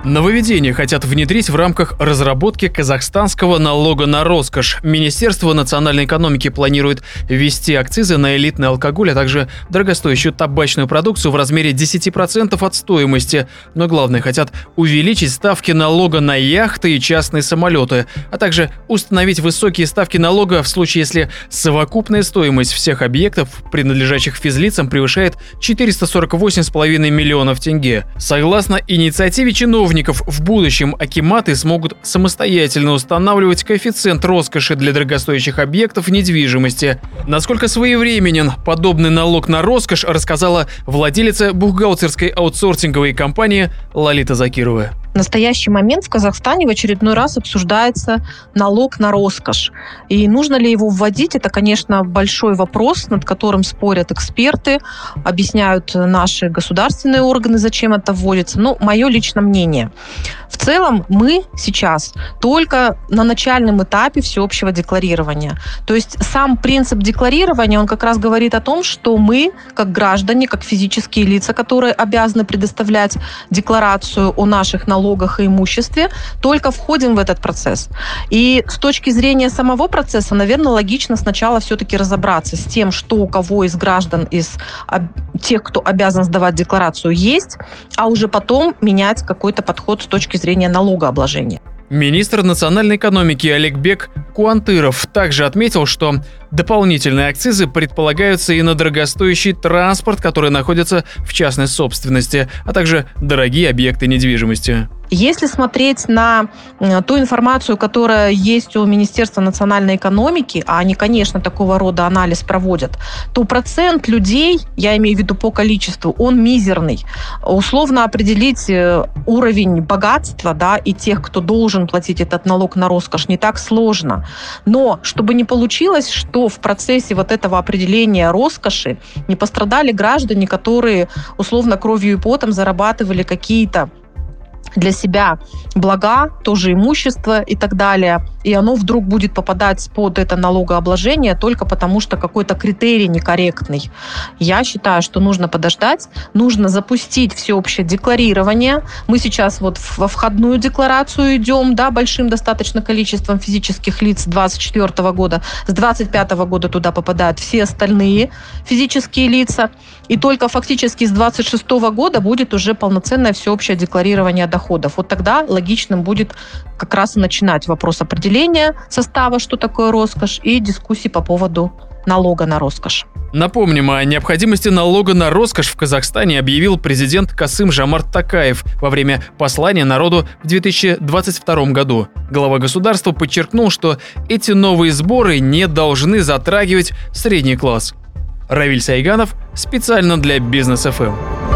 Нововведение хотят внедрить в рамках разработки казахстанского налога на роскошь. Министерство национальной экономики планирует ввести акцизы на элитный алкоголь, а также дорогостоящую табачную продукцию в размере 10% от стоимости. Но главное, хотят увеличить ставки налога на яхты и частные самолеты, а также установить высокие ставки налога в случае, если совокупная стоимость всех объектов, принадлежащих физлицам, превышает 448,5 миллионов тенге. Согласно инициативе чиновников, в будущем акиматы смогут самостоятельно устанавливать коэффициент роскоши для дорогостоящих объектов недвижимости. Насколько своевременен подобный налог на роскошь, рассказала владелица бухгалтерской аутсорсинговой компании Лолита Закирова. В настоящий момент в Казахстане в очередной раз обсуждается налог на роскошь. И нужно ли его вводить, это, конечно, большой вопрос, над которым спорят эксперты, объясняют наши государственные органы, зачем это вводится. Но мое личное мнение. В целом мы сейчас только на начальном этапе всеобщего декларирования. То есть сам принцип декларирования, он как раз говорит о том, что мы, как граждане, как физические лица, которые обязаны предоставлять декларацию о наших налогах и имуществе, только входим в этот процесс. И с точки зрения самого процесса, наверное, логично сначала все-таки разобраться с тем, что у кого из граждан, из тех, кто обязан сдавать декларацию, есть, а уже потом менять какой-то подход с точки зрения налогообложения. Министр национальной экономики Аликбек Куантыров также отметил, что дополнительные акцизы предполагаются и на дорогостоящий транспорт, который находится в частной собственности, а также дорогие объекты недвижимости. Если смотреть на ту информацию, которая есть у Министерства национальной экономики, а они, конечно, такого рода анализ проводят, то процент людей, я имею в виду по количеству, он мизерный. Условно определить уровень богатства, да, и тех, кто должен платить этот налог на роскошь, не так сложно. Но чтобы не получилось, что в процессе вот этого определения роскоши не пострадали граждане, которые условно кровью и потом зарабатывали какие-то для себя блага, тоже имущество и так далее, и оно вдруг будет попадать под это налогообложение только потому, что какой-то критерий некорректный. Я считаю, что нужно подождать, нужно запустить всеобщее декларирование. Мы сейчас вот во входную декларацию идем, да, большим достаточно количеством физических лиц с 2024 года. С 2025 года туда попадают все остальные физические лица. И только фактически с 2026 года будет уже полноценное всеобщее декларирование доходов. Вот тогда логичным будет как раз и начинать вопрос определения состава, что такое роскошь, и дискуссии по поводу налога на роскошь. Напомним, о необходимости налога на роскошь в Казахстане объявил президент Касым-Жомарт Токаев во время послания народу в 2022 году. Глава государства подчеркнул, что эти новые сборы не должны затрагивать средний класс. Равиль Сайганов специально для Бизнес ФМ.